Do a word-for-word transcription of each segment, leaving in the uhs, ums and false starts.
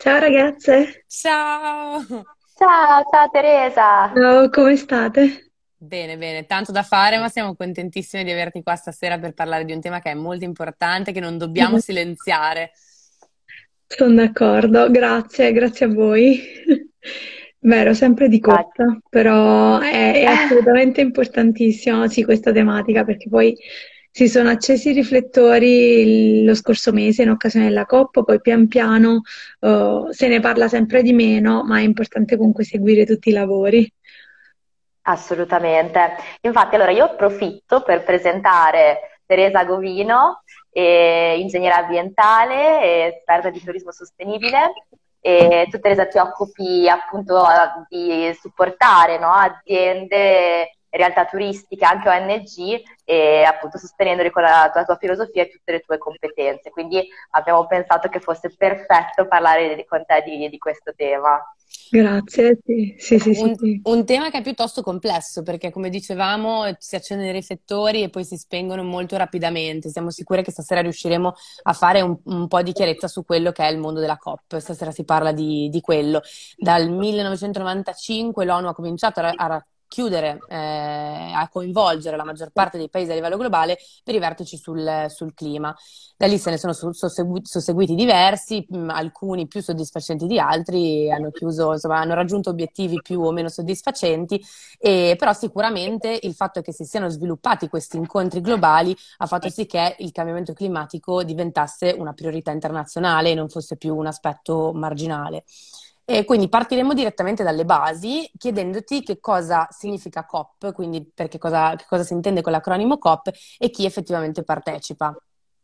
Ciao ragazze, Ciao! Ciao, ciao Teresa. ciao, come state? Bene, bene, tanto da fare, ma siamo contentissime di averti qua stasera per parlare di un tema che è molto importante, che non dobbiamo Mm, silenziare. sono d'accordo, grazie, grazie a voi. Vero, sempre di Dai. cotta, però è, è assolutamente importantissima, sì, questa tematica, perché poi si sono accesi i riflettori il- lo scorso mese in occasione della COP, poi pian piano eh, se ne parla sempre di meno, ma è importante comunque seguire tutti i lavori. Assolutamente. Infatti, allora io approfitto per presentare Teresa Govino, eh, ingegnere ambientale e esperta di turismo sostenibile. E tu, Teresa, ti occupi appunto eh, di supportare, no, aziende, realtà turistiche, anche O N G, e appunto sostenendoli con la, con la tua filosofia e tutte le tue competenze. Quindi abbiamo pensato che fosse perfetto parlare di- con te di, di questo tema. Grazie, sì, sì, sì, sì, Un, sì. un tema che è piuttosto complesso perché, come dicevamo, si accendono i riflettori e poi si spengono molto rapidamente. Siamo sicure che stasera riusciremo a fare un, un po' di chiarezza su quello che è il mondo della COP. Stasera si parla di, di quello. Dal millenovecentonovantacinque l'ONU ha cominciato a, a racchiudere, eh, a coinvolgere la maggior parte dei paesi a livello globale per i vertici sul, sul clima. Da lì se ne sono su- sossegui- susseguiti diversi, mh, alcuni più soddisfacenti di altri, hanno chiuso, insomma, hanno raggiunto obiettivi più o meno soddisfacenti, e, però sicuramente il fatto che si siano sviluppati questi incontri globali ha fatto sì che il cambiamento climatico diventasse una priorità internazionale e non fosse più un aspetto marginale. E quindi partiremo direttamente dalle basi, chiedendoti che cosa significa COP, quindi per che cosa, che cosa si intende con l'acronimo COP e chi effettivamente partecipa.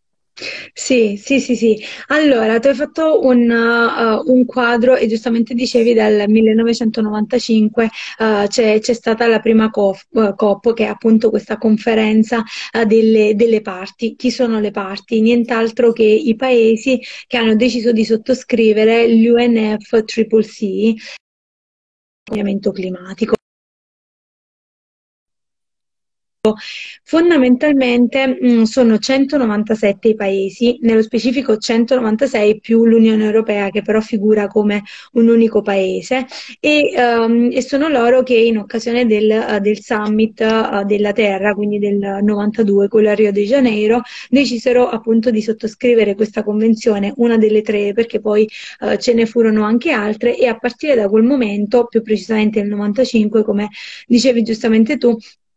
Sì, sì, sì, sì. Allora, tu hai fatto un, uh, un quadro e giustamente dicevi dal millenovecentonovantacinque uh, c'è c'è stata la prima COF uh, COP, che è appunto questa conferenza uh, delle, delle parti. Chi sono le parti? Nient'altro che i paesi che hanno deciso di sottoscrivere l'U N F C C C, cambiamento climatico. Fondamentalmente mh, sono centonovantasette i paesi, nello specifico centonovantasei più l'Unione Europea, che però figura come un unico paese, e, ehm, e sono loro che in occasione del, eh, del summit eh, della Terra, quindi del novantadue, quello a Rio de Janeiro, decisero appunto di sottoscrivere questa convenzione, una delle tre, perché poi eh, ce ne furono anche altre, e a partire da quel momento, più precisamente nel novantacinque, come dicevi giustamente tu,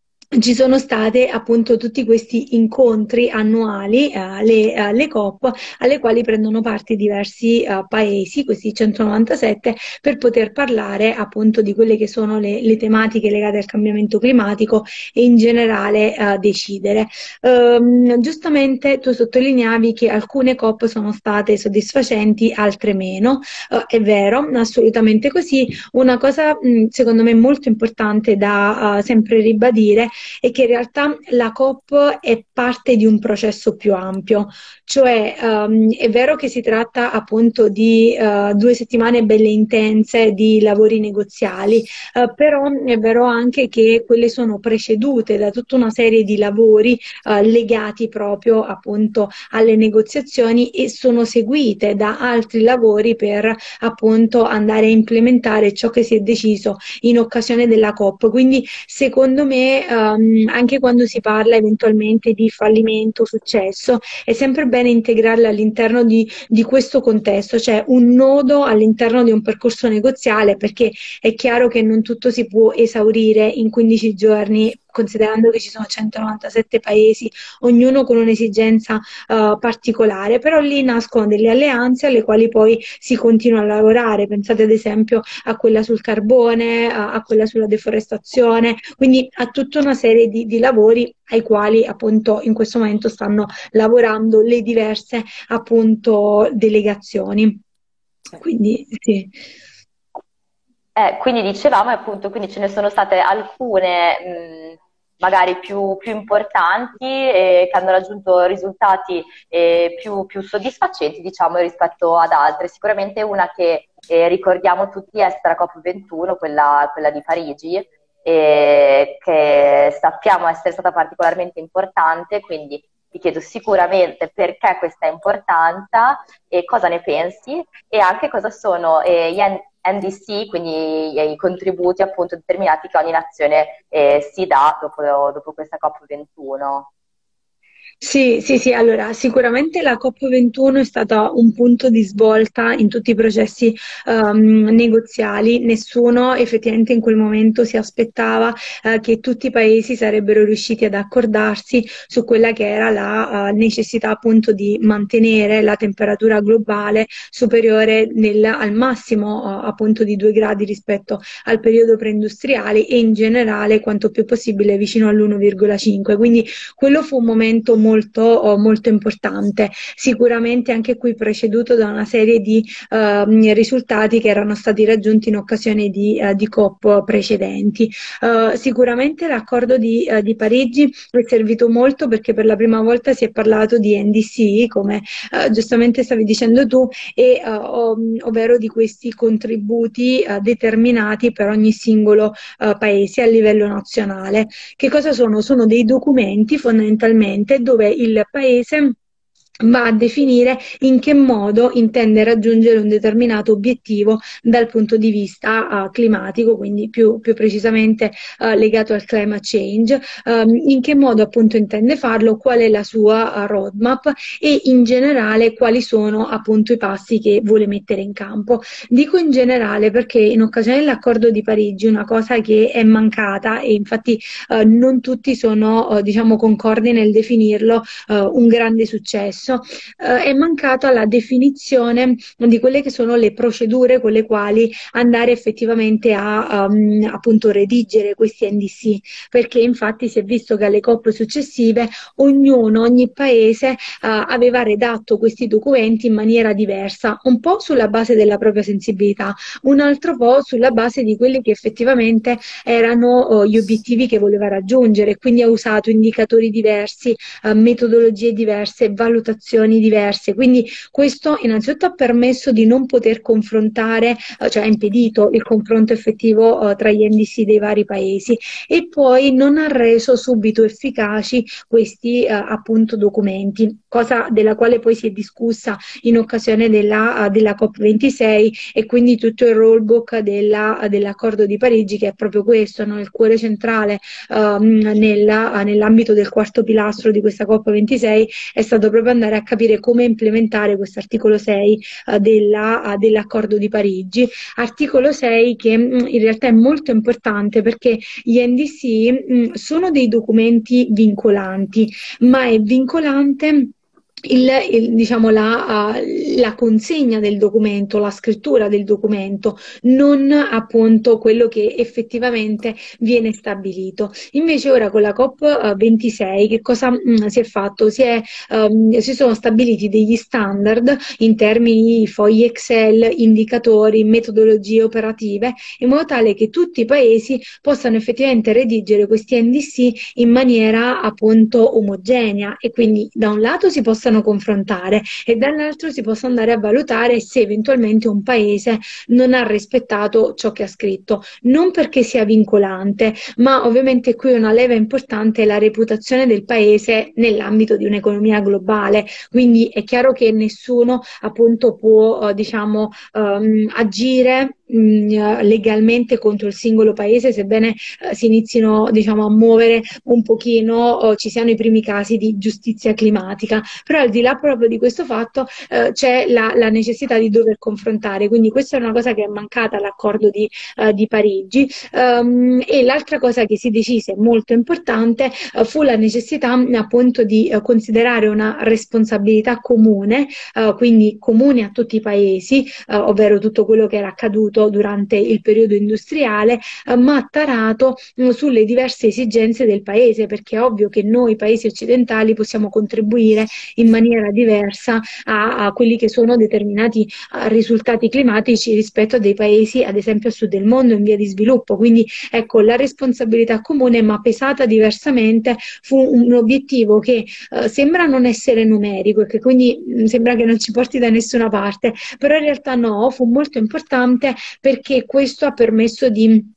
ci sono state appunto tutti questi incontri annuali, eh, le, eh, le COP, alle quali prendono parte diversi eh, paesi, questi centonovantasette, per poter parlare appunto di quelle che sono le, le tematiche legate al cambiamento climatico e in generale eh, decidere. Ehm, giustamente tu sottolineavi che alcune COP sono state soddisfacenti, altre meno. Eh, è vero, assolutamente così. Una cosa mh, secondo me molto importante da uh, sempre ribadire è che in realtà la COP è parte di un processo più ampio, cioè um, è vero che si tratta appunto di uh, due settimane belle intense di lavori negoziali, uh, però è vero anche che quelle sono precedute da tutta una serie di lavori uh, legati proprio appunto alle negoziazioni, e sono seguite da altri lavori per appunto andare a implementare ciò che si è deciso in occasione della COP. Quindi secondo me ehm, anche quando si parla eventualmente di fallimento o successo, è sempre bene integrarla all'interno di, di questo contesto, cioè un nodo all'interno di un percorso negoziale, perché è chiaro che non tutto si può esaurire in quindici giorni, considerando che ci sono centonovantasette paesi, ognuno con un'esigenza uh, particolare, però lì nascono delle alleanze alle quali poi si continua a lavorare. Pensate ad esempio a quella sul carbone, a, a quella sulla deforestazione, quindi a tutta una serie di, di lavori ai quali appunto in questo momento stanno lavorando le diverse appunto delegazioni. Quindi sì. Eh, quindi dicevamo appunto, quindi ce ne sono state alcune mh, magari più, più importanti e che hanno raggiunto risultati eh, più, più soddisfacenti, diciamo, rispetto ad altre. Sicuramente una che eh, ricordiamo tutti è stata la COP ventuno, quella, quella di Parigi, eh, che sappiamo essere stata particolarmente importante, quindi ti chiedo sicuramente perché questa importanza e cosa ne pensi, e anche cosa sono eh, gli N D C, quindi i contributi appunto determinati che ogni nazione eh, si dà dopo, dopo questa COP ventuno. Sì, sì, sì, allora sicuramente la COP ventuno è stata un punto di svolta in tutti i processi ehm, negoziali. Nessuno effettivamente in quel momento si aspettava eh, che tutti i paesi sarebbero riusciti ad accordarsi su quella che era la eh, necessità appunto di mantenere la temperatura globale superiore nel- al massimo eh, appunto di due gradi rispetto al periodo preindustriale e in generale quanto più possibile vicino all'uno virgola cinque. Quindi quello fu un momento molto, oh, molto importante, sicuramente anche qui preceduto da una serie di eh, risultati che erano stati raggiunti in occasione di, eh, di COP precedenti. Eh, sicuramente l'accordo di, eh, di Parigi è servito molto perché per la prima volta si è parlato di N D C, come eh, giustamente stavi dicendo tu, e, eh, ovvero di questi contributi eh, determinati per ogni singolo eh, paese a livello nazionale. Che cosa sono? Sono dei documenti fondamentalmente dove il paese va a definire in che modo intende raggiungere un determinato obiettivo dal punto di vista uh, climatico, quindi più, più precisamente uh, legato al climate change, um, in che modo appunto intende farlo, qual è la sua uh, roadmap e in generale quali sono appunto i passi che vuole mettere in campo. Dico in generale perché in occasione dell'accordo di Parigi una cosa che è mancata e infatti uh, non tutti sono uh, diciamo concordi nel definirlo uh, un grande successo. Eh, è mancata la definizione di quelle che sono le procedure con le quali andare effettivamente a um, appunto redigere questi N D C, perché infatti si è visto che alle COP successive ognuno, ogni paese uh, aveva redatto questi documenti in maniera diversa, un po' sulla base della propria sensibilità, un altro po' sulla base di quelli che effettivamente erano uh, gli obiettivi che voleva raggiungere, quindi ha usato indicatori diversi, uh, metodologie diverse, valutazioni diverse, quindi questo innanzitutto ha permesso di non poter confrontare, cioè ha impedito il confronto effettivo uh, tra gli N D C dei vari paesi e poi non ha reso subito efficaci questi uh, appunto documenti, cosa della quale poi si è discussa in occasione della, uh, della COP ventisei e quindi tutto il rollback della, uh, dell'accordo di Parigi, che è proprio questo, no? Il cuore centrale uh, nella, uh, nell'ambito del quarto pilastro di questa COP ventisei è stato proprio andare a capire come implementare questo articolo sei uh, della, uh, dell'accordo di Parigi, articolo sei che mh, in realtà è molto importante perché gli N D C mh, sono dei documenti vincolanti, ma è vincolante Il, il, diciamo, la, uh, la consegna del documento, la scrittura del documento, non appunto quello che effettivamente viene stabilito. Invece ora con la COP ventisei che cosa mh, si è fatto? Si, è, um, si sono stabiliti degli standard in termini di fogli Excel, indicatori, metodologie operative, in modo tale che tutti i paesi possano effettivamente redigere questi N D C in maniera appunto omogenea e quindi da un lato si possano confrontare e dall'altro si possa andare a valutare se eventualmente un paese non ha rispettato ciò che ha scritto, non perché sia vincolante, ma ovviamente qui una leva importante è la reputazione del paese nell'ambito di un'economia globale, quindi è chiaro che nessuno appunto può eh, diciamo um, agire legalmente contro il singolo paese, sebbene eh, si inizino diciamo a muovere un pochino o ci siano i primi casi di giustizia climatica, però al di là proprio di questo fatto eh, c'è la, la necessità di dover confrontare, quindi questa è una cosa che è mancata all'accordo di, eh, di Parigi um, e l'altra cosa che si decise molto importante eh, fu la necessità appunto di eh, considerare una responsabilità comune, eh, quindi comune a tutti i paesi, eh, ovvero tutto quello che era accaduto durante il periodo industriale, eh, ma tarato mh, sulle diverse esigenze del paese, perché è ovvio che noi paesi occidentali possiamo contribuire in maniera diversa a, a quelli che sono determinati uh, risultati climatici rispetto a dei paesi, ad esempio a sud del mondo in via di sviluppo. Quindi ecco, la responsabilità comune ma pesata diversamente fu un obiettivo che uh, sembra non essere numerico e che quindi mh, sembra che non ci porti da nessuna parte, però in realtà no, fu molto importante perché questo ha permesso di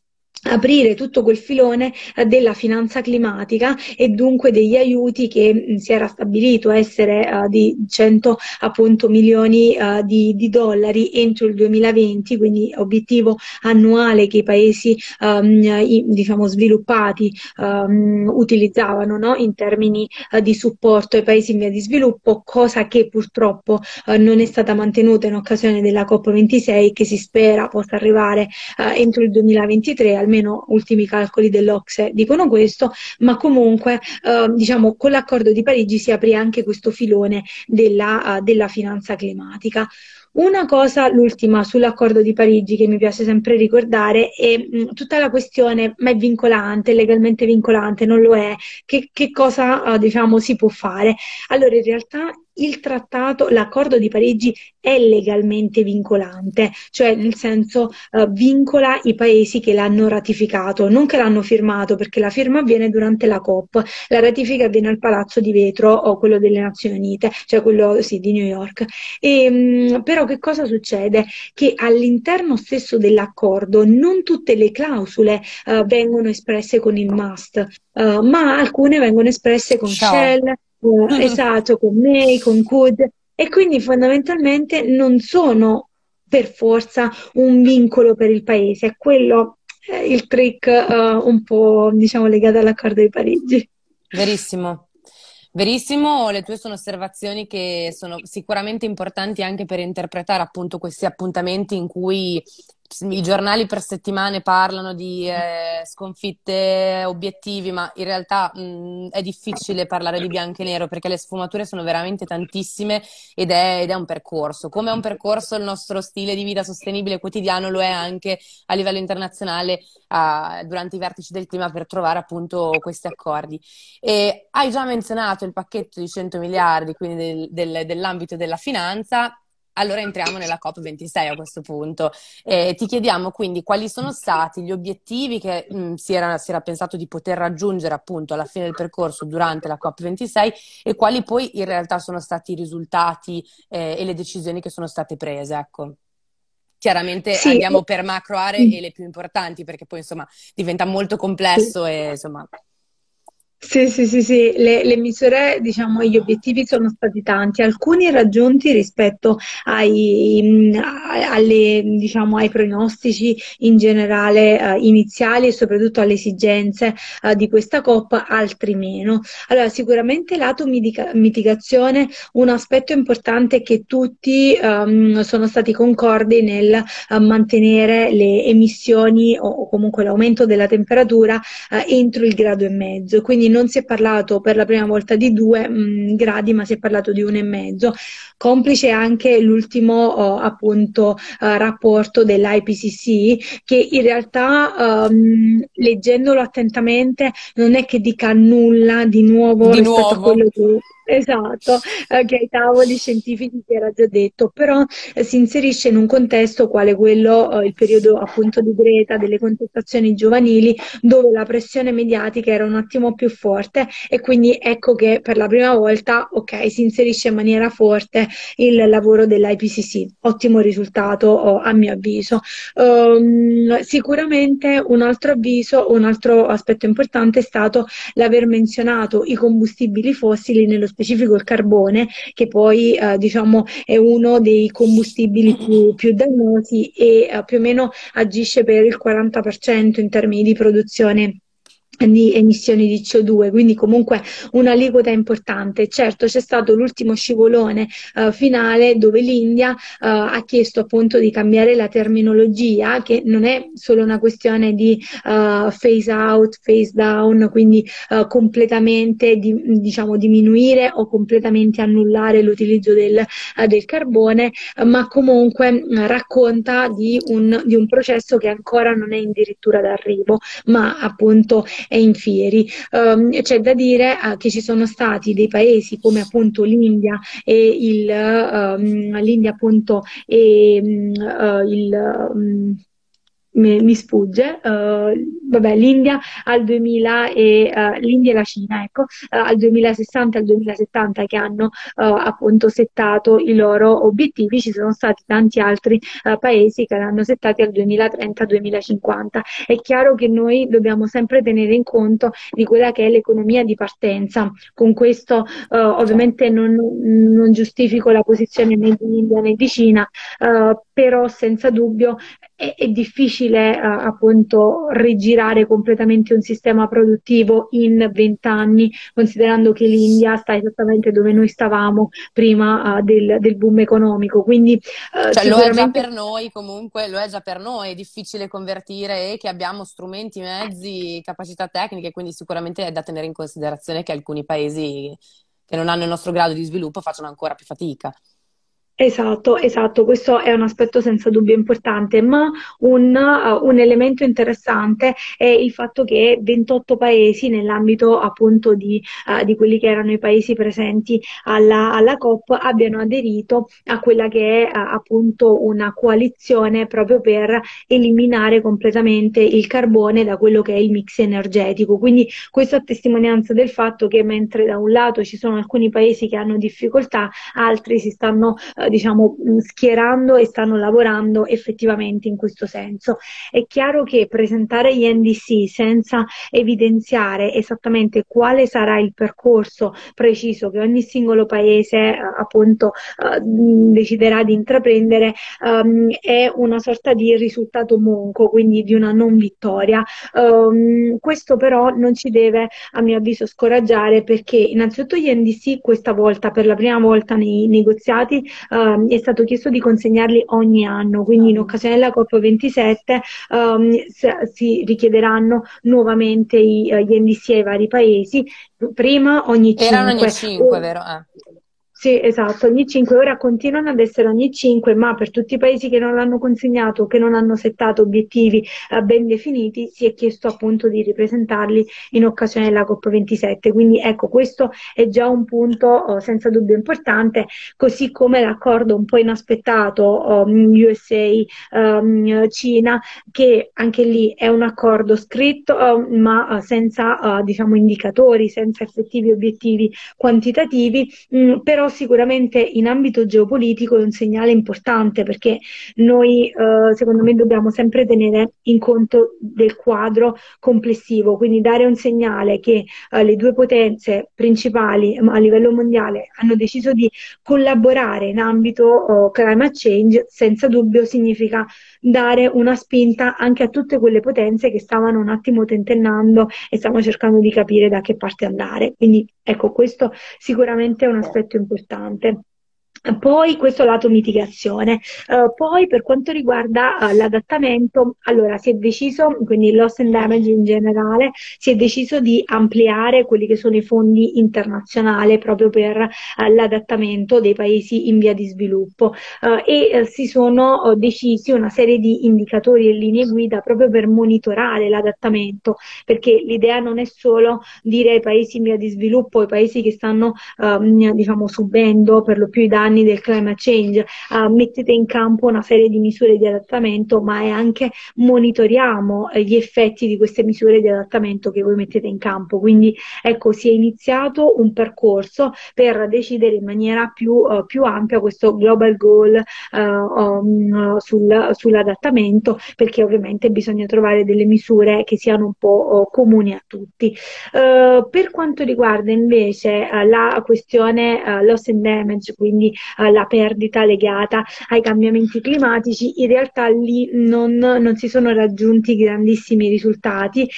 aprire tutto quel filone eh, della finanza climatica e dunque degli aiuti che mh, si era stabilito essere eh, di cento appunto milioni eh, di, di dollari entro il duemilaventi, quindi obiettivo annuale che i paesi ehm, i, diciamo sviluppati ehm, utilizzavano, no? In termini eh, di supporto ai paesi in via di sviluppo, cosa che purtroppo eh, non è stata mantenuta in occasione della COP ventisei, che si spera possa arrivare eh, entro il duemilaventitré, almeno ultimi calcoli dell'O C S E dicono questo, ma comunque eh, diciamo con l'accordo di Parigi si aprì anche questo filone della, uh, della finanza climatica. Una cosa, l'ultima, sull'accordo di Parigi che mi piace sempre ricordare è mh, tutta la questione, ma è vincolante, legalmente vincolante, non lo è, che, che cosa uh, diciamo si può fare? Allora in realtà il trattato, l'accordo di Parigi è legalmente vincolante, cioè nel senso eh, vincola i paesi che l'hanno ratificato, non che l'hanno firmato, perché la firma avviene durante la COP, la ratifica avviene al Palazzo di Vetro o quello delle Nazioni Unite, cioè quello sì, di New York. E, mh, però che cosa succede? Che all'interno stesso dell'accordo non tutte le clausole eh, vengono espresse con il must, eh, ma alcune vengono espresse con Ciao. shall, eh, esatto, con may, con could, e quindi fondamentalmente non sono per forza un vincolo per il paese, è quello eh, il trick eh, un po' diciamo legato all'accordo di Parigi. Verissimo. Verissimo, le tue sono osservazioni che sono sicuramente importanti anche per interpretare appunto questi appuntamenti in cui i giornali per settimane parlano di eh, sconfitte, obiettivi, ma in realtà mh, è difficile parlare di bianco e nero perché le sfumature sono veramente tantissime ed è, ed è un percorso. Come è un percorso il nostro stile di vita sostenibile quotidiano, lo è anche a livello internazionale eh, durante i vertici del clima per trovare appunto questi accordi. E hai già menzionato il pacchetto di cento miliardi, quindi del, del, dell'ambito della finanza. Allora entriamo nella COP ventisei a questo punto. Eh, ti chiediamo quindi quali sono stati gli obiettivi che mh, si era, si era pensato di poter raggiungere appunto alla fine del percorso durante la COP ventisei e quali poi in realtà sono stati i risultati eh, e le decisioni che sono state prese, ecco. Chiaramente Sì, andiamo per macro aree e le più importanti perché poi insomma diventa molto sì. complesso e insomma... Sì, sì, sì, sì, le, le misure, diciamo, gli obiettivi sono stati tanti, alcuni raggiunti rispetto ai, mh, a- alle, diciamo, ai pronostici in generale eh, iniziali e soprattutto alle esigenze eh, di questa COP, altri meno. Allora, sicuramente lato mitica- mitigazione, un aspetto importante è che tutti ehm, sono stati concordi nel eh, mantenere le emissioni o, o comunque l'aumento della temperatura eh, entro il grado e mezzo, quindi non si è parlato per la prima volta di due mh, gradi, ma si è parlato di uno e mezzo, complice anche l'ultimo oh, appunto eh, rapporto dell'I P C C, che in realtà ehm, leggendolo attentamente non è che dica nulla di nuovo Di rispetto a nuovo, quello che esatto, eh, che ai tavoli scientifici si era già detto, però eh, si inserisce in un contesto quale quello, eh, il periodo appunto di Greta, delle contestazioni giovanili, dove la pressione mediatica era un attimo più forte e quindi ecco che per la prima volta, ok, si inserisce in maniera forte il lavoro dell'I P C C. Ottimo risultato, oh, a mio avviso. Um, sicuramente un altro avviso, un altro aspetto importante è stato l'aver menzionato i combustibili fossili, nello specifico il carbone, che poi eh, diciamo è uno dei combustibili più, più dannosi e eh, più o meno agisce per il quaranta per cento in termini di produzione di emissioni di C O due, quindi comunque un'aliquota importante. Certo, c'è stato l'ultimo scivolone eh, finale dove l'India eh, ha chiesto appunto di cambiare la terminologia, che non è solo una questione di uh, phase out, phase down, quindi uh, completamente di, diciamo diminuire o completamente annullare l'utilizzo del, uh, del carbone, uh, ma comunque uh, racconta di un, di un processo che ancora non è addirittura d'arrivo, ma appunto è in fieri. Um, c'è da dire uh, che ci sono stati dei paesi come appunto l'India e il um, l'India appunto e um, uh, il um, mi, mi sfugge, uh, vabbè, l'India al duemila e uh, l'India e la Cina, ecco, uh, al duemilasessanta e al duemilasettanta che hanno uh, appunto settato i loro obiettivi. Ci sono stati tanti altri uh, paesi che l'hanno settati al duemilatrenta-duemilacinquanta. È chiaro che noi dobbiamo sempre tenere in conto di quella che è l'economia di partenza. Con questo uh, ovviamente non, non giustifico la posizione né di India né di Cina, uh, però senza dubbio è, è difficile uh, appunto rigirare completamente un sistema produttivo in vent'anni, considerando che l'India sta esattamente dove noi stavamo prima uh, del, del boom economico. Quindi uh, Cioè, lo è già sicuramente per noi, comunque, lo è già per noi, è difficile convertire e che abbiamo strumenti, mezzi, capacità tecniche, quindi sicuramente è da tenere in considerazione che alcuni paesi che non hanno il nostro grado di sviluppo facciano ancora più fatica. Esatto, esatto, questo è un aspetto senza dubbio importante, ma un, uh, un elemento interessante è il fatto che ventotto paesi nell'ambito appunto di, uh, di quelli che erano i paesi presenti alla, alla COP abbiano aderito a quella che è uh, appunto una coalizione proprio per eliminare completamente il carbone da quello che è il mix energetico. Quindi questo a testimonianza del fatto che mentre da un lato ci sono alcuni paesi che hanno difficoltà, altri si stanno uh, diciamo schierando e stanno lavorando effettivamente in questo senso. È chiaro che presentare gli N D C senza evidenziare esattamente quale sarà il percorso preciso che ogni singolo paese eh, appunto eh, deciderà di intraprendere ehm, è una sorta di risultato monco, quindi di una non vittoria. Um, questo però non ci deve, a mio avviso, scoraggiare, perché innanzitutto gli N D C questa volta, per la prima volta nei negoziati, Uh, è stato chiesto di consegnarli ogni anno, quindi in occasione della COP ventisette um, si richiederanno nuovamente i, uh, gli N D C ai vari paesi, prima ogni Erano ogni cinque. cinque, vero? Eh. Sì, esatto, ogni cinque, ora continuano ad essere ogni cinque, ma per tutti i paesi che non l'hanno consegnato, che non hanno settato obiettivi eh, ben definiti, si è chiesto appunto di ripresentarli in occasione della COP ventisette. Quindi ecco, questo è già un punto eh, senza dubbio importante, così come l'accordo un po' inaspettato um, U S A um, Cina, che anche lì è un accordo scritto uh, ma uh, senza uh, diciamo indicatori, senza effettivi obiettivi quantitativi, mh, però sicuramente in ambito geopolitico è un segnale importante, perché noi eh, secondo me dobbiamo sempre tenere in conto del quadro complessivo, quindi dare un segnale che eh, le due potenze principali a livello mondiale hanno deciso di collaborare in ambito eh, climate change, senza dubbio significa dare una spinta anche a tutte quelle potenze che stavano un attimo tentennando e stavano cercando di capire da che parte andare. Quindi ecco, questo sicuramente è un aspetto importante. Poi questo lato mitigazione. Uh, poi per quanto riguarda uh, l'adattamento, allora si è deciso, quindi loss and damage in generale, si è deciso di ampliare quelli che sono i fondi internazionali proprio per uh, l'adattamento dei paesi in via di sviluppo uh, e uh, si sono uh, decisi una serie di indicatori e linee guida proprio per monitorare l'adattamento, perché l'idea non è solo dire ai paesi in via di sviluppo, ai paesi che stanno uh, diciamo subendo per lo più i danni del climate change, uh, mettete in campo una serie di misure di adattamento, ma è anche monitoriamo eh, gli effetti di queste misure di adattamento che voi mettete in campo. Quindi ecco, si è iniziato un percorso per decidere in maniera più, uh, più ampia questo global goal uh, um, sul, sull'adattamento, perché ovviamente bisogna trovare delle misure che siano un po' uh, comuni a tutti. Uh, per quanto riguarda invece uh, la questione uh, loss and damage, quindi uh, la perdita legata ai cambiamenti climatici, in realtà lì non, non si sono raggiunti grandissimi risultati.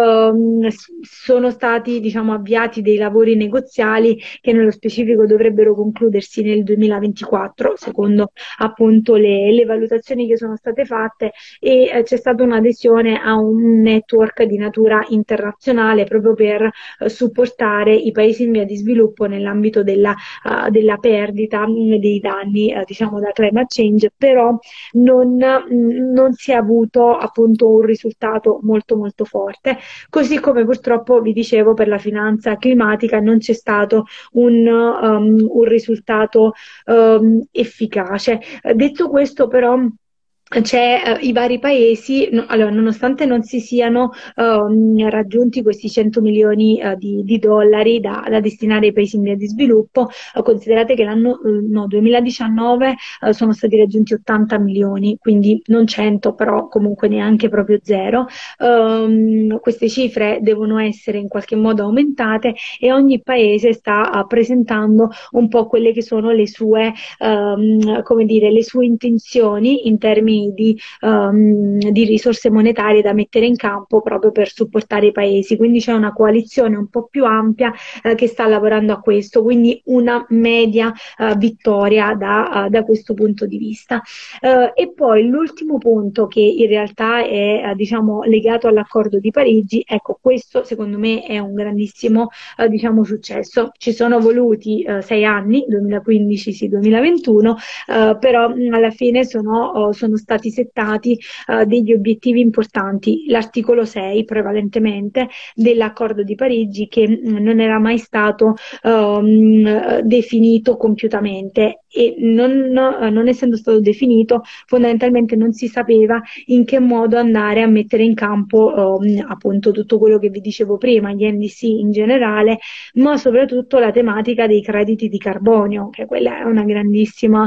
Uh, sono stati diciamo avviati dei lavori negoziali che nello specifico dovrebbero concludersi nel duemilaventiquattro, secondo appunto le, le valutazioni che sono state fatte, e eh, c'è stata un'adesione a un network di natura internazionale proprio per eh, supportare i paesi in via di sviluppo nell'ambito della, uh, della perdita mh, dei danni uh, diciamo da climate change, però non, mh, non si è avuto appunto un risultato molto molto forte, così come purtroppo vi dicevo per la finanza climatica non c'è stato un, um, un risultato um, efficace. Detto questo, però, c'è eh, i vari paesi, no- allora, nonostante non si siano ehm, raggiunti questi cento milioni eh, di, di dollari da, da destinare ai paesi in via di sviluppo, eh, considerate che l'anno eh, no, duemiladiciannove eh, sono stati raggiunti ottanta milioni, quindi non cento, però comunque neanche proprio zero. Ehm, queste cifre devono essere in qualche modo aumentate e ogni paese sta eh, presentando un po' quelle che sono le sue, ehm, come dire, le sue intenzioni in termini di, ehm, di risorse monetarie da mettere in campo proprio per supportare i paesi. Quindi c'è una coalizione un po' più ampia eh, che sta lavorando a questo, quindi una media eh, vittoria da, uh, da questo punto di vista. Uh, e poi l'ultimo punto che in realtà è uh, diciamo legato all'accordo di Parigi, ecco, questo secondo me è un grandissimo uh, diciamo successo. Ci sono voluti uh, sei anni, duemilaquindici sì, duemilaventuno, uh, però mh, alla fine sono, uh, sono stati settati uh, degli obiettivi importanti. L'articolo sei prevalentemente dell'accordo di Parigi che mh, non era mai stato um, definito compiutamente e non, non essendo stato definito fondamentalmente non si sapeva in che modo andare a mettere in campo um, appunto tutto quello che vi dicevo prima, gli N D C in generale, ma soprattutto la tematica dei crediti di carbonio, che quella è una grandissima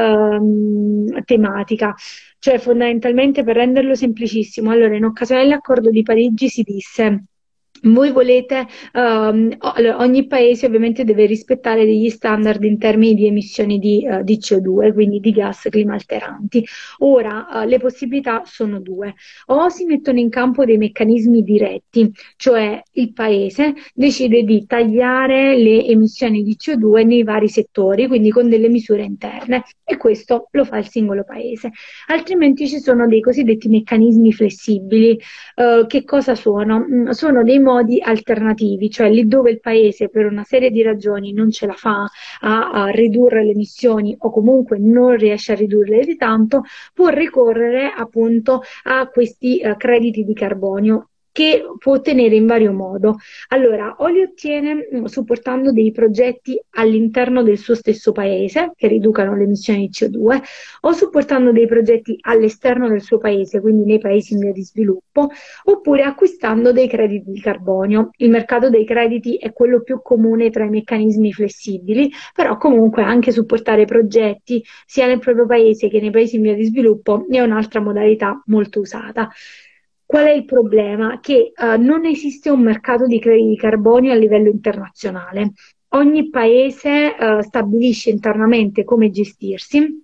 um, tematica. Cioè fondamentalmente per renderlo semplicissimo, allora in occasione dell'accordo di Parigi si disse voi volete, ehm, o- allora, ogni paese ovviamente deve rispettare degli standard in termini di emissioni di, eh, di C O due, quindi di gas climalteranti. Ora, eh, le possibilità sono due. O si mettono in campo dei meccanismi diretti, cioè il paese decide di tagliare le emissioni di C O due nei vari settori, quindi con delle misure interne, e questo lo fa il singolo paese. Altrimenti ci sono dei cosiddetti meccanismi flessibili. Eh, che cosa sono? Mm, Sono dei modi alternativi, cioè lì dove il paese per una serie di ragioni non ce la fa a, a ridurre le emissioni o comunque non riesce a ridurle di tanto, può ricorrere appunto a questi eh, crediti di carbonio che può ottenere in vario modo. Allora, o li ottiene mh, supportando dei progetti all'interno del suo stesso paese che riducano le emissioni di C O due, o supportando dei progetti all'esterno del suo paese, quindi nei paesi in via di sviluppo, oppure acquistando dei crediti di carbonio. Il mercato dei crediti è quello più comune tra i meccanismi flessibili, però comunque anche supportare progetti sia nel proprio paese che nei paesi in via di sviluppo è un'altra modalità molto usata. Qual è il problema? Che eh, non esiste un mercato di crediti di carbonio a livello internazionale. Ogni paese eh, stabilisce internamente come gestirsi,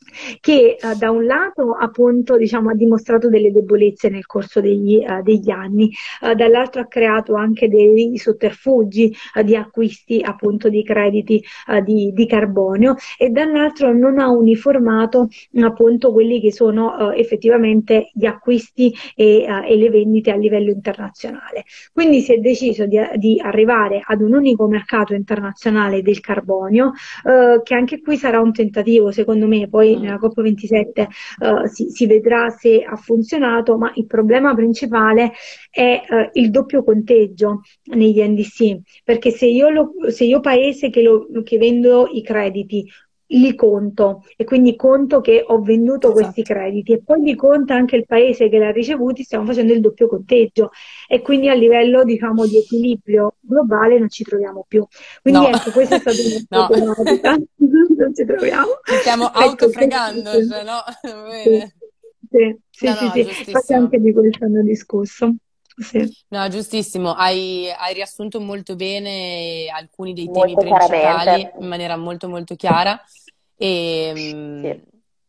che eh, da un lato appunto diciamo, ha dimostrato delle debolezze nel corso degli, eh, degli anni, eh, dall'altro ha creato anche dei sotterfugi eh, di acquisti appunto di crediti eh, di, di carbonio, e dall'altro non ha uniformato appunto quelli che sono eh, effettivamente gli acquisti e, eh, e le vendite a livello internazionale. Quindi si è deciso di, di arrivare ad un unico mercato internazionale del carbonio, eh, che anche qui sarà un tentativo, secondo me, poi nella COP ventisette eh, si, si vedrà se ha funzionato, ma il problema principale è eh, il doppio conteggio negli N D C, perché se io, lo, se io paese che, lo, che vendo i crediti li conto e quindi conto che ho venduto questi Esatto. crediti e poi li conta anche il paese che li ha ricevuti, stiamo facendo il doppio conteggio e quindi a livello diciamo di equilibrio globale non ci troviamo più. Quindi No, ecco, questa è stata una no, problematica, non ci troviamo. ci stiamo Ecco, autofregando, cioè no, va sì, bene. sì, sì, No, sì, no, sì. Infatti giustissimo. anche di questo hanno discusso. Sì. No, giustissimo, hai, hai riassunto molto bene alcuni dei temi Molto principali chiaramente. in maniera molto molto chiara. E, Sì. mh,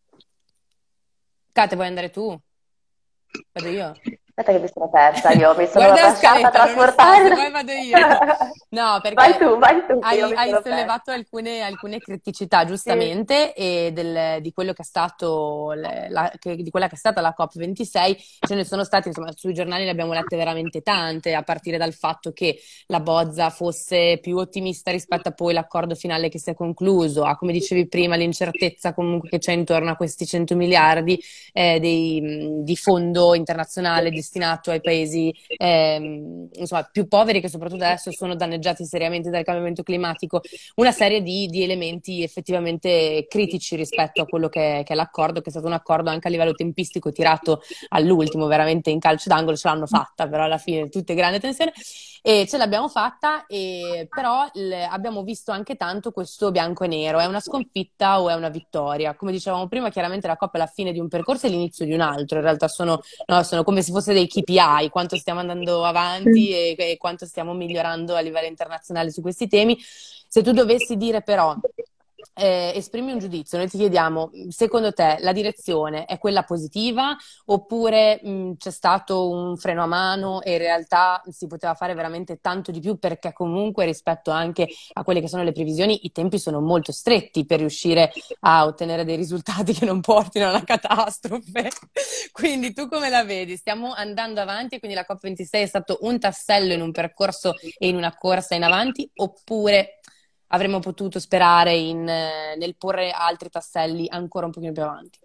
Kate, vuoi andare tu? Vado io? Aspetta che mi sono persa, io mi sono Guarda la lasciata scaletta, non lo sta, se trasportare. vuoi vado io. No, Vai perché tu, vai tu, che io hai, mi hai sono persa. sollevato alcune, alcune criticità, Sì. giustamente, e del- di quello che è stato le- la, che- di quella che è stata la COP ventisei. Ce ne sono state, insomma, sui giornali ne abbiamo lette veramente tante, a partire dal fatto che la Bozza fosse più ottimista rispetto a poi l'accordo finale che si è concluso, a, come dicevi prima, l'incertezza comunque che c'è intorno a questi cento miliardi eh, dei- di fondo internazionale destinato ai paesi ehm, insomma, più poveri, che soprattutto adesso sono danneggiati seriamente dal cambiamento climatico, una serie di, di elementi effettivamente critici rispetto a quello che, che è l'accordo, che è stato un accordo anche a livello tempistico tirato all'ultimo, veramente in calcio d'angolo. Ce l'hanno fatta, però alla fine tutte grande tensione. E ce l'abbiamo fatta, e però l- abbiamo visto anche tanto questo bianco e nero: è una sconfitta o è una vittoria? Come dicevamo prima, chiaramente la Coppa è la fine di un percorso e l'inizio di un altro. In realtà sono, no, sono come se fosse dei K P I, quanto stiamo andando avanti e, e quanto stiamo migliorando a livello internazionale su questi temi. Se tu dovessi dire però, eh, esprimi un giudizio, noi ti chiediamo, secondo te la direzione è quella positiva, oppure mh, c'è stato un freno a mano e in realtà si poteva fare veramente tanto di più, perché comunque rispetto anche a quelle che sono le previsioni i tempi sono molto stretti per riuscire a ottenere dei risultati che non portino a una catastrofe. Quindi tu come la vedi? Stiamo andando avanti e quindi la COP ventisei è stato un tassello in un percorso e in una corsa in avanti, oppure avremmo potuto sperare in, eh, nel porre altri tasselli ancora un pochino più avanti?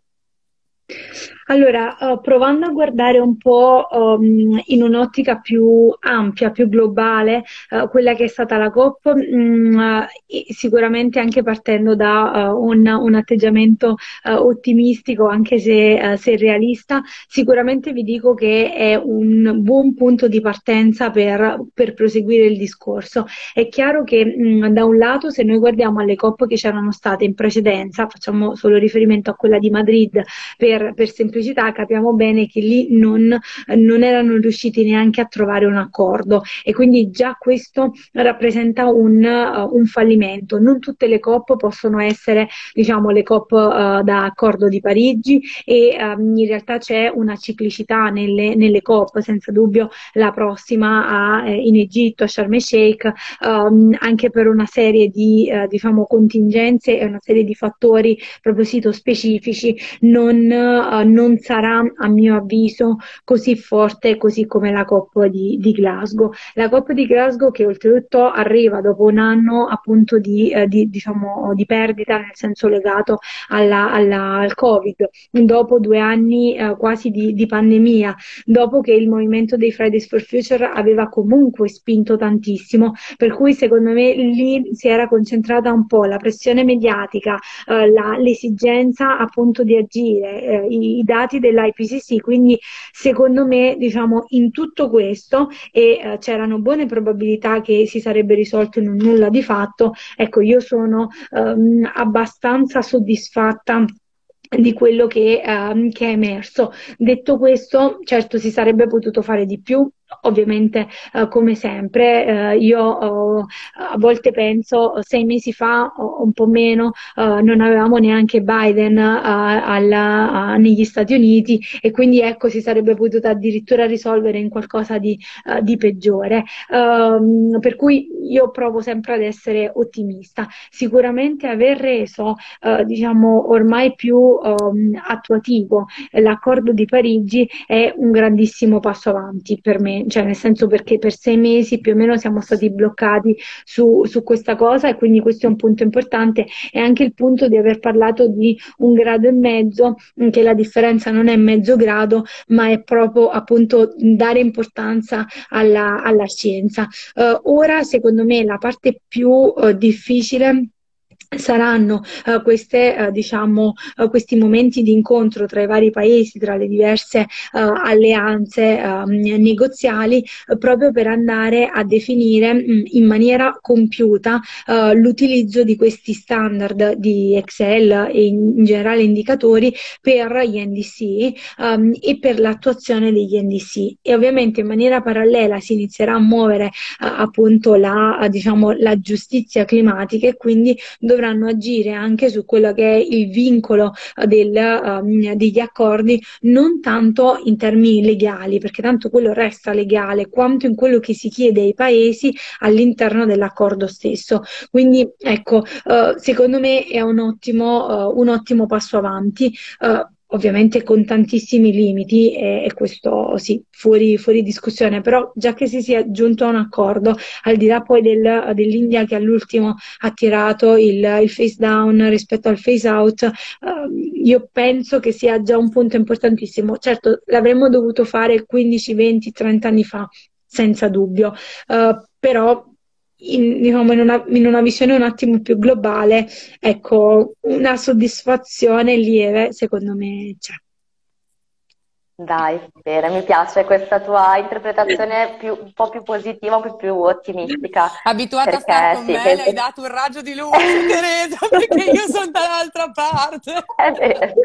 Allora, eh, provando a guardare un po' ehm, in un'ottica più ampia, più globale, eh, quella che è stata la COP, mh, eh, sicuramente anche partendo da eh, un, un atteggiamento eh, ottimistico, anche se, eh, se realista, sicuramente vi dico che è un buon punto di partenza per, per proseguire il discorso. È chiaro che mh, da un lato, se noi guardiamo alle COP che c'erano state in precedenza, facciamo solo riferimento a quella di Madrid, per, per semplicità, capiamo bene che lì non, non erano riusciti neanche a trovare un accordo, e quindi già questo rappresenta un, uh, un fallimento. Non tutte le COP possono essere, diciamo, le COP uh, da accordo di Parigi, e um, in realtà c'è una ciclicità nelle, nelle COP. Senza dubbio la prossima a, eh, in Egitto, a Sharm el Sheikh, um, anche per una serie di uh, diciamo contingenze e una serie di fattori proprio sito specifici, non, uh, non sarà, a mio avviso, così forte, così come la COP di, di Glasgow. La COP di Glasgow, che oltretutto arriva dopo un anno appunto di, eh, di, diciamo, di perdita, nel senso legato alla, alla, al Covid, dopo due anni eh, quasi di, di pandemia, dopo che il movimento dei Fridays for Future aveva comunque spinto tantissimo, per cui secondo me lì si era concentrata un po' la pressione mediatica, eh, la, l'esigenza appunto di agire, eh, i, i dati dell'I P C C, quindi secondo me, diciamo, in tutto questo, e eh, c'erano buone probabilità che si sarebbe risolto in un nulla di fatto. Ecco, io sono ehm, abbastanza soddisfatta di quello che, ehm, che è emerso. Detto questo, certo si sarebbe potuto fare di più. Ovviamente, eh, come sempre, eh, io oh, a volte penso, sei mesi fa o un po' meno, eh, non avevamo neanche Biden eh, alla, eh, negli Stati Uniti, e quindi ecco, si sarebbe potuta addirittura risolvere in qualcosa di, eh, di peggiore. Um, per cui io provo sempre ad essere ottimista. Sicuramente aver reso, eh, diciamo, ormai più um, attuativo l'accordo di Parigi è un grandissimo passo avanti per me, cioè nel senso, perché per sei mesi più o meno siamo stati bloccati su, su questa cosa, e quindi questo è un punto importante. E anche il punto di aver parlato di un grado e mezzo, che la differenza non è mezzo grado, ma è proprio appunto dare importanza alla, alla scienza. Uh, ora secondo me la parte più uh, difficile saranno uh, queste, uh, diciamo, uh, questi momenti di incontro tra i vari paesi, tra le diverse uh, alleanze uh, negoziali, uh, proprio per andare a definire mh, in maniera compiuta uh, l'utilizzo di questi standard di Excel e in, in generale indicatori per gli N D C um, e per l'attuazione degli N D C. E ovviamente in maniera parallela si inizierà a muovere uh, appunto la, uh, diciamo, la giustizia climatica, e quindi dovranno agire anche su quello che è il vincolo del, um, degli accordi, non tanto in termini legali, perché tanto quello resta legale, quanto in quello che si chiede ai paesi all'interno dell'accordo stesso. Quindi ecco, uh, secondo me è un ottimo, uh, un ottimo passo avanti. Uh, ovviamente con tantissimi limiti e, e questo sì, fuori, fuori discussione, però già che si sia giunto a un accordo, al di là poi del- dell'India che all'ultimo ha tirato il, il face down rispetto al face out, ehm, io penso che sia già un punto importantissimo. Certo, l'avremmo dovuto fare quindici, venti, trenta anni fa, senza dubbio, eh, però in, diciamo, in una, in una visione un attimo più globale, ecco, una soddisfazione lieve, secondo me c'è. Dai, bene, mi piace questa tua interpretazione più- un po' più positiva, un po' più ottimistica, Abituata a star perché con sì, me, le penso... hai dato un raggio di luce, Teresa, perché io sono dall'altra parte. È vero.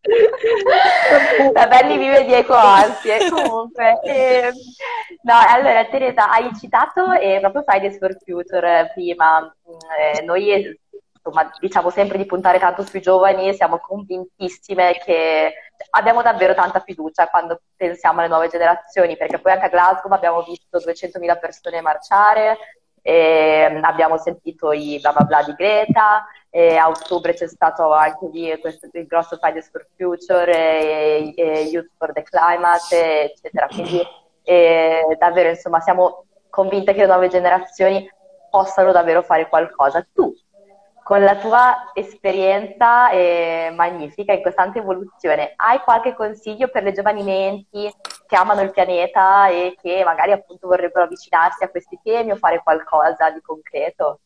Vabbè. Da belli vive di ecoansie. Comunque, ehm, no, allora Teresa, hai citato eh, proprio Fridays for Future eh, prima. Mm, eh, noi, eh, insomma, diciamo sempre di puntare tanto sui giovani, siamo convintissime che abbiamo davvero tanta fiducia quando pensiamo alle nuove generazioni, perché poi anche a Glasgow abbiamo visto duecentomila persone marciare, e abbiamo sentito i bla bla bla di Greta, e a ottobre c'è stato anche lì questo, il grosso Fridays for Future e, e Youth for the Climate, eccetera. Quindi eh, davvero, insomma, siamo convinte che le nuove generazioni possano davvero fare qualcosa. Tu, con la tua esperienza eh, magnifica in costante evoluzione, hai qualche consiglio per le giovani menti che amano il pianeta e che magari appunto vorrebbero avvicinarsi a questi temi o fare qualcosa di concreto?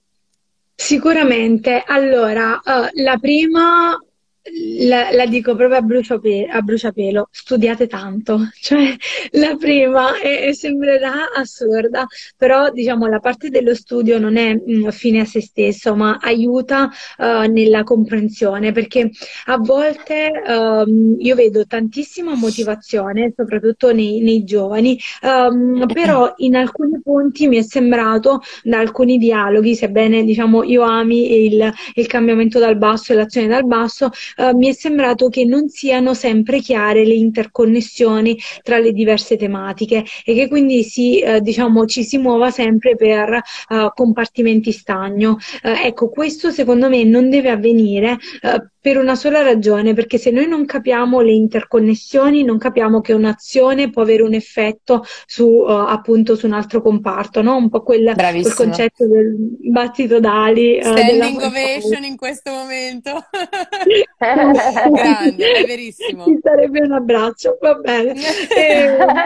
Sicuramente. Allora, eh, la prima la, la dico proprio a bruciape- a bruciapelo, studiate tanto. Cioè, la prima e, e sembrerà assurda, però diciamo la parte dello studio non è mh, fine a se stesso, ma aiuta eh, nella comprensione, perché a volte ehm, io vedo tantissima motivazione, soprattutto nei, nei giovani, ehm, però in alcuni punti mi è sembrato da alcuni dialoghi, sebbene diciamo io ami il, il cambiamento dal basso e l'azione dal basso, eh, mi è sembrato che non siano sempre chiare le interconnessioni tra le diverse tematiche e che quindi si, eh, diciamo, ci si muova sempre per eh, compartimenti stagno. Eh, ecco, questo secondo me non deve avvenire eh, per una sola ragione, perché se noi non capiamo le interconnessioni, non capiamo che un'azione può avere un effetto su, eh, appunto, su un altro comparto, no? Un po' quel, quel Bravissima. concetto del battito d'ali, eh, della Standing paura. ovation in questo momento. Sì, Grande, è ci verissimo. sarebbe un abbraccio, va bene. E,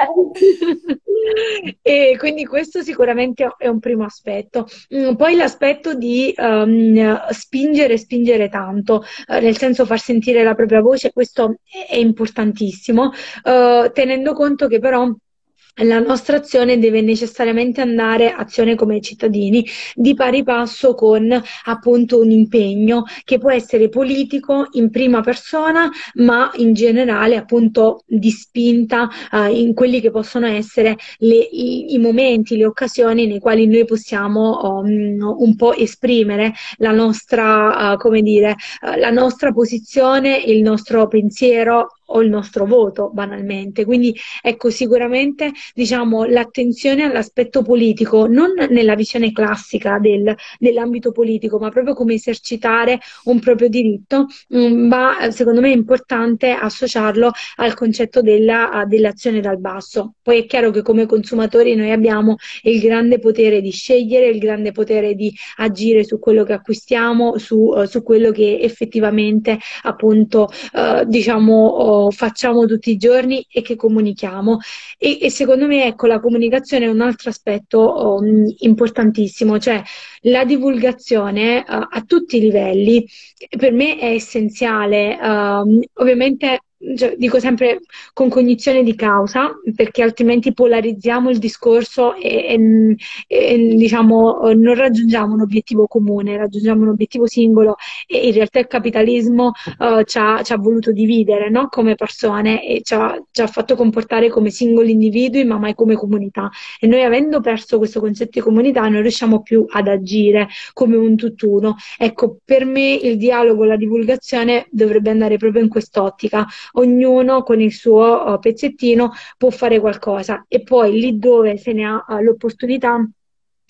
e quindi questo sicuramente è un primo aspetto. Mm, Poi l'aspetto di ehm, spingere, spingere tanto, eh, nel senso far sentire la propria voce, questo è, è importantissimo, eh, tenendo conto che però la nostra azione deve necessariamente andare, azione come cittadini, di pari passo con appunto un impegno che può essere politico in prima persona, ma in generale appunto di spinta eh, in quelli che possono essere le- i, i momenti, le occasioni nei quali noi possiamo um, un po' esprimere la nostra, eh, come dire, eh, la nostra posizione, il nostro pensiero o il nostro voto, banalmente. Quindi ecco, sicuramente diciamo l'attenzione all'aspetto politico, non nella visione classica del, dell'ambito politico, ma proprio come esercitare un proprio diritto, mm, ma eh, secondo me è importante associarlo al concetto della, eh, dell'azione dal basso. Poi è chiaro che come consumatori noi abbiamo il grande potere di scegliere, il grande potere di agire su quello che acquistiamo, su, eh, su quello che effettivamente appunto eh, diciamo oh, facciamo tutti i giorni e che comunichiamo. E, e secondo me ecco la comunicazione è un altro aspetto um, importantissimo, cioè la divulgazione uh, a tutti i livelli per me è essenziale. Um, ovviamente cioè, dico sempre con cognizione di causa, perché altrimenti polarizziamo il discorso e, e- e, diciamo non raggiungiamo un obiettivo comune, raggiungiamo un obiettivo singolo e in realtà il capitalismo uh, ci ha, ci ha voluto dividere, no? Come persone e ci ha, ci ha fatto comportare come singoli individui, ma mai come comunità. E noi avendo perso questo concetto di comunità non riusciamo più ad agire come un tutt'uno. Ecco, per me il dialogo, la divulgazione dovrebbe andare proprio in quest'ottica. Ognuno con il suo uh, pezzettino può fare qualcosa e poi lì dove se ne ha uh, l'opportunità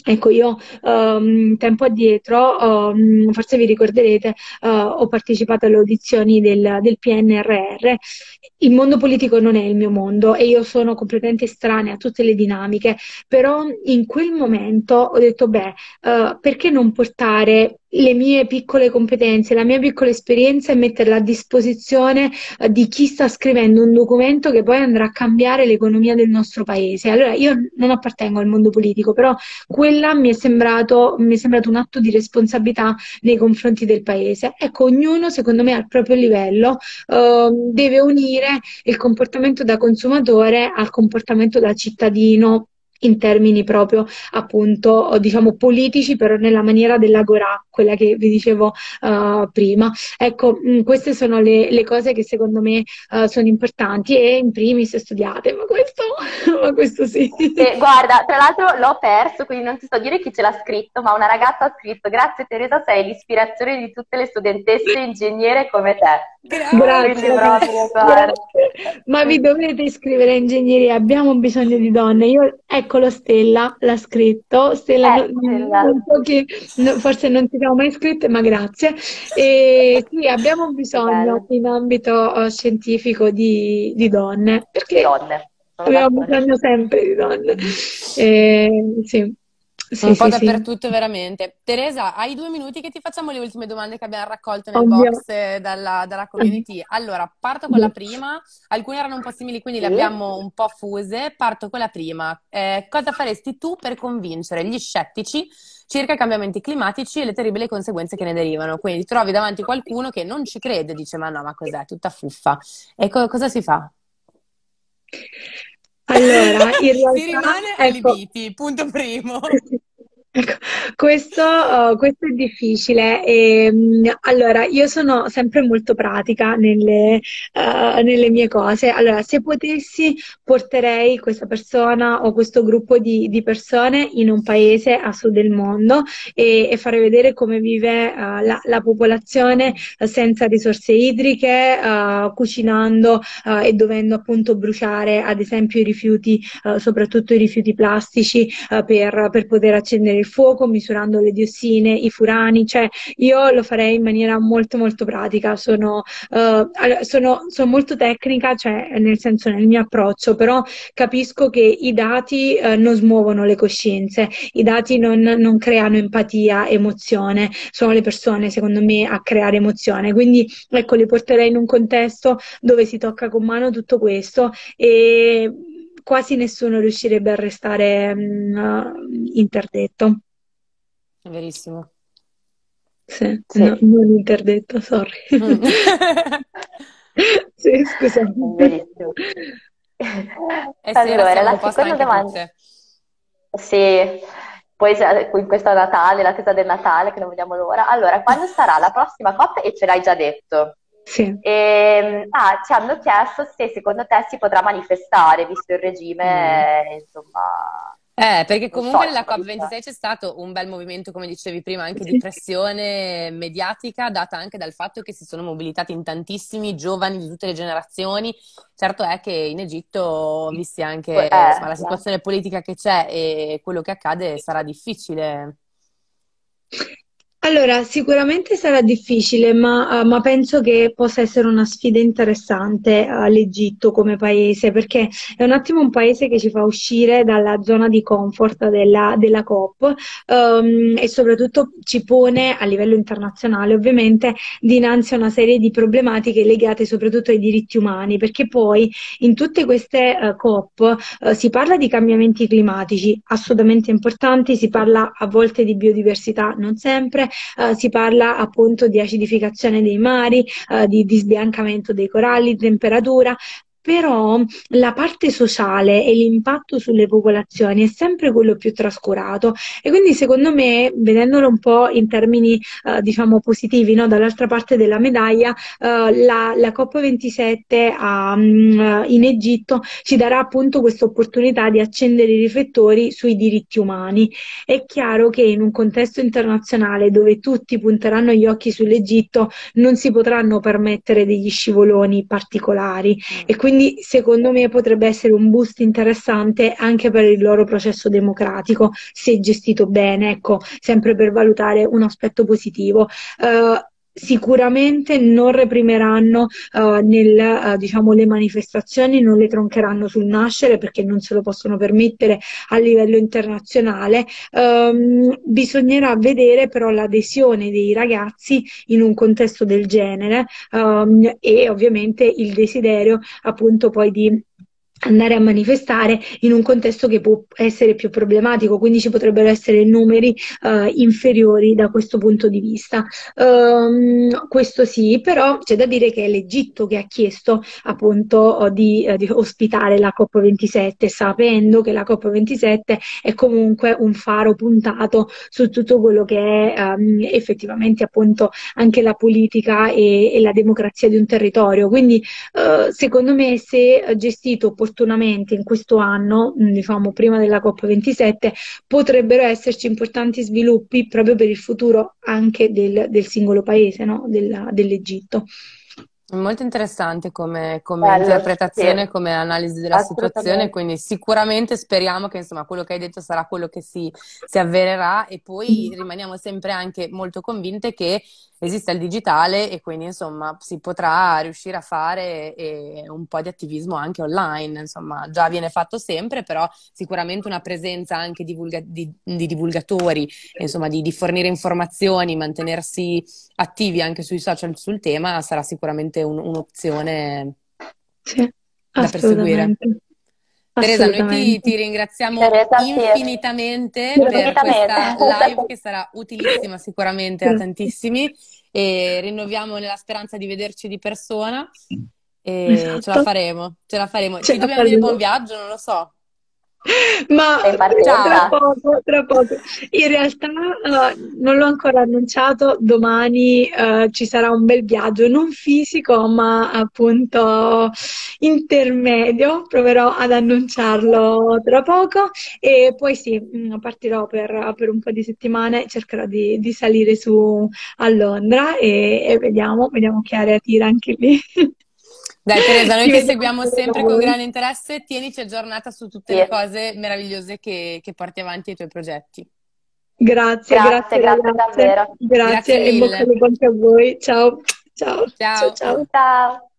Ecco, io ehm, tempo addietro, ehm, forse vi ricorderete, eh, ho partecipato alle audizioni del, del P N R R. Il mondo politico non è il mio mondo e io sono completamente estranea a tutte le dinamiche, però in quel momento ho detto, beh, eh, perché non portare le mie piccole competenze, la mia piccola esperienza e metterla a disposizione eh, di chi sta scrivendo un documento che poi andrà a cambiare l'economia del nostro paese. Allora, io non appartengo al mondo politico, però quella mi è sembrato, mi è sembrato un atto di responsabilità nei confronti del paese. Ecco, ognuno, secondo me, al proprio livello, eh, deve unire il comportamento da consumatore al comportamento da cittadino in termini proprio appunto diciamo politici, però nella maniera dell'agorà, quella che vi dicevo uh, prima. Ecco, mh, queste sono le, le cose che secondo me uh, sono importanti e in primis studiate, ma questo, ma questo sì. E, guarda, tra l'altro l'ho perso, quindi non ti so dire chi ce l'ha scritto, ma una ragazza ha scritto: grazie Teresa, sei l'ispirazione di tutte le studentesse ingegnere come te. Grazie, Quindi proprio, grazie. Ma vi dovete iscrivere a ingegneria, abbiamo bisogno di donne. Io, eccolo Stella, l'ha scritto. Stella, Eh, non, non so chi, no, forse non ti siamo mai iscritte, ma grazie. E sì, abbiamo bisogno bello. in ambito eh, scientifico di, di donne, Di perché donne, sono abbiamo d'accordo. bisogno sempre di donne. Eh, sì, sì, Un po' sì, sì, dappertutto, veramente. Teresa, hai due minuti che ti facciamo le ultime domande che abbiamo raccolto nel ovvio. box eh, dalla, dalla community. Allora, parto con la prima. Alcune erano un po' simili, quindi le Sì. abbiamo un po' fuse. Parto con la prima. Eh, cosa faresti tu per convincere gli scettici circa i cambiamenti climatici e le terribili conseguenze che ne derivano? Quindi ti trovi davanti qualcuno che non ci crede, dice: ma no, ma cos'è? Tutta fuffa. E co- cosa si fa? Allora, in Si realtà, rimane ecco, allibiti, punto primo. ecco, questo, uh, questo è difficile. E, mm, allora, io sono sempre molto pratica nelle, uh, nelle mie cose. Allora, se potessi, porterei questa persona o questo gruppo di, di persone in un paese a sud del mondo e, e farei vedere come vive, uh, la, la popolazione eh, senza risorse idriche, uh, cucinando, uh, e dovendo appunto bruciare, ad esempio, i rifiuti, uh, soprattutto i rifiuti plastici eh, per, per poter accendere il fuoco, misurando le diossine, i furani, cioè io lo farei in maniera molto molto pratica, sono, eh, allora, sono, sono molto tecnica, cioè nel senso nel mio approccio, però capisco che i dati eh, non smuovono le coscienze, i dati non, non creano empatia, emozione, sono le persone secondo me a creare emozione, quindi ecco li porterei in un contesto dove si tocca con mano tutto questo e quasi nessuno riuscirebbe a restare mh, interdetto. Verissimo. Sì, no, Sì. non interdetto, sorry. Mm. Sì, scusate. Verissimo. E sera Allora, siamo la un po' seconda stanche domanda. tutte. Sì, poi c'è- in questo Natale, l'attesa del Natale, che non vediamo l'ora. Allora, quando sarà la prossima COP? E ce l'hai già detto. Sì. Ehm, ah, ci hanno chiesto se secondo te si potrà manifestare, visto il Mm. regime, eh, insomma, Eh, perché non so, comunque nella insomma, COP visto- ventisei c'è stato un bel movimento, come dicevi prima, anche di Sì. pressione mediatica, data anche dal fatto che si sono mobilitati in tantissimi giovani di tutte le generazioni. Certo è che in Egitto, visti anche insomma, eh, la situazione politica che c'è e quello che accade, sarà difficile. Allora, sicuramente sarà difficile, ma, eh, ma penso che possa essere una sfida interessante all'Egitto come paese, perché è un attimo un paese che ci fa uscire dalla zona di comfort della, della COP, ehm, e soprattutto ci pone a livello internazionale, ovviamente, dinanzi a una serie di problematiche legate soprattutto ai diritti umani, perché poi in tutte queste eh, COP eh, si parla di cambiamenti climatici assolutamente importanti, si parla a volte di biodiversità, non sempre. Uh, si parla appunto di acidificazione dei mari, uh, di, di sbiancamento dei coralli, temperatura, però la parte sociale e l'impatto sulle popolazioni è sempre quello più trascurato e quindi secondo me, vedendolo un po' in termini uh, diciamo positivi, no? Dall'altra parte della medaglia, uh, la, la COP ventisette a, um, in Egitto ci darà appunto questa opportunità di accendere i riflettori sui diritti umani. È chiaro che in un contesto internazionale dove tutti punteranno gli occhi sull'Egitto non si potranno permettere degli scivoloni particolari Mm. e quindi quindi secondo me potrebbe essere un boost interessante anche per il loro processo democratico, se gestito bene, ecco, sempre per valutare un aspetto positivo. Uh, Sicuramente non reprimeranno uh, nel, uh, diciamo, le manifestazioni, non le troncheranno sul nascere perché non se lo possono permettere a livello internazionale. Um, bisognerà vedere però l'adesione dei ragazzi in un contesto del genere, um, e ovviamente il desiderio appunto poi di andare a manifestare in un contesto che può essere più problematico, quindi ci potrebbero essere numeri uh, inferiori da questo punto di vista. Um, questo sì, però c'è da dire che è l'Egitto che ha chiesto appunto di, uh, di ospitare la COP ventisette, sapendo che la COP ventisette è comunque un faro puntato su tutto quello che è um, effettivamente appunto anche la politica e, e la democrazia di un territorio. Quindi uh, secondo me, se gestito opportunamente in questo anno, diciamo prima della COP ventisette, potrebbero esserci importanti sviluppi proprio per il futuro anche del, del singolo paese, no? Della- dell'Egitto. Molto interessante come, come Bello, interpretazione, sì, come analisi della situazione, assolutamente. quindi sicuramente speriamo che insomma quello che hai detto sarà quello che si, si avvererà, e poi rimaniamo sempre anche molto convinte che esista il digitale e quindi insomma si potrà riuscire a fare eh, un po' di attivismo anche online, insomma già viene fatto sempre, però sicuramente una presenza anche divulga- di, di divulgatori, insomma di, di fornire informazioni, mantenersi attivi anche sui social sul tema sarà sicuramente un- un'opzione Sì, da perseguire. assolutamente, Teresa, noi ti, assolutamente. ti ringraziamo Teresa, sì, infinitamente per infinitamente. questa live che sarà utilissima sicuramente a Grazie. tantissimi, e rinnoviamo nella speranza di vederci di persona e ce la Esatto, faremo, ce la faremo. ce Ti la dobbiamo dire buon faremo. viaggio, non lo so. Ma Sei in tra Ciao, partenza. poco, tra poco. In realtà eh, non l'ho ancora annunciato, domani eh, ci sarà un bel viaggio, non fisico, ma appunto intermedio. Proverò ad annunciarlo tra poco e poi sì, mh, partirò per, per un po' di settimane, cercherò di, di salire su a Londra e, e vediamo, vediamo che area tira anche lì. dai Teresa, noi Ci ti vediamo seguiamo pure sempre con noi. grande interesse, tienici aggiornata su tutte Sì. le cose meravigliose che, che porti avanti ai tuoi progetti. Grazie, Grazie, grazie grazie ragazze, davvero. grazie Grazie e in bocca al mille. lupo anche a voi. Ciao, ciao, ciao, Ciao. ciao. Ciao.